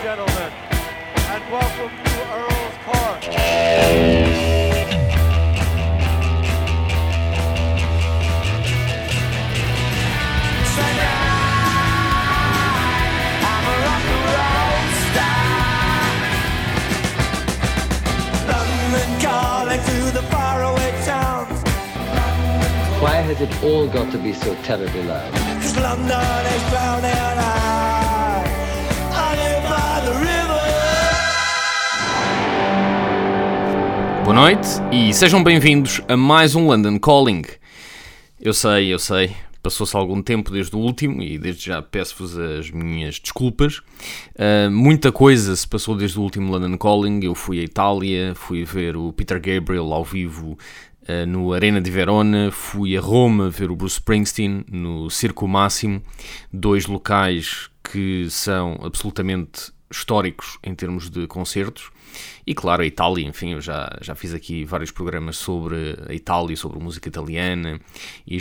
gentlemen, and welcome to Earl's Court. I'm a rock and roll star. London calling to the faraway towns. Why has it all got to be so terribly loud? 'Cause London is drowning out. I live by the river. Boa noite e sejam bem-vindos a mais um London Calling. Eu sei, passou-se algum tempo desde o último e desde já peço-vos as minhas desculpas. Muita coisa se passou desde o último London Calling. Eu fui à Itália, fui ver o Peter Gabriel ao vivo no Arena di Verona, fui a Roma ver o Bruce Springsteen no Circo Máximo, dois locais que são absolutamente históricos em termos de concertos. E claro, a Itália, enfim, eu já fiz aqui vários programas sobre a Itália, sobre música italiana, e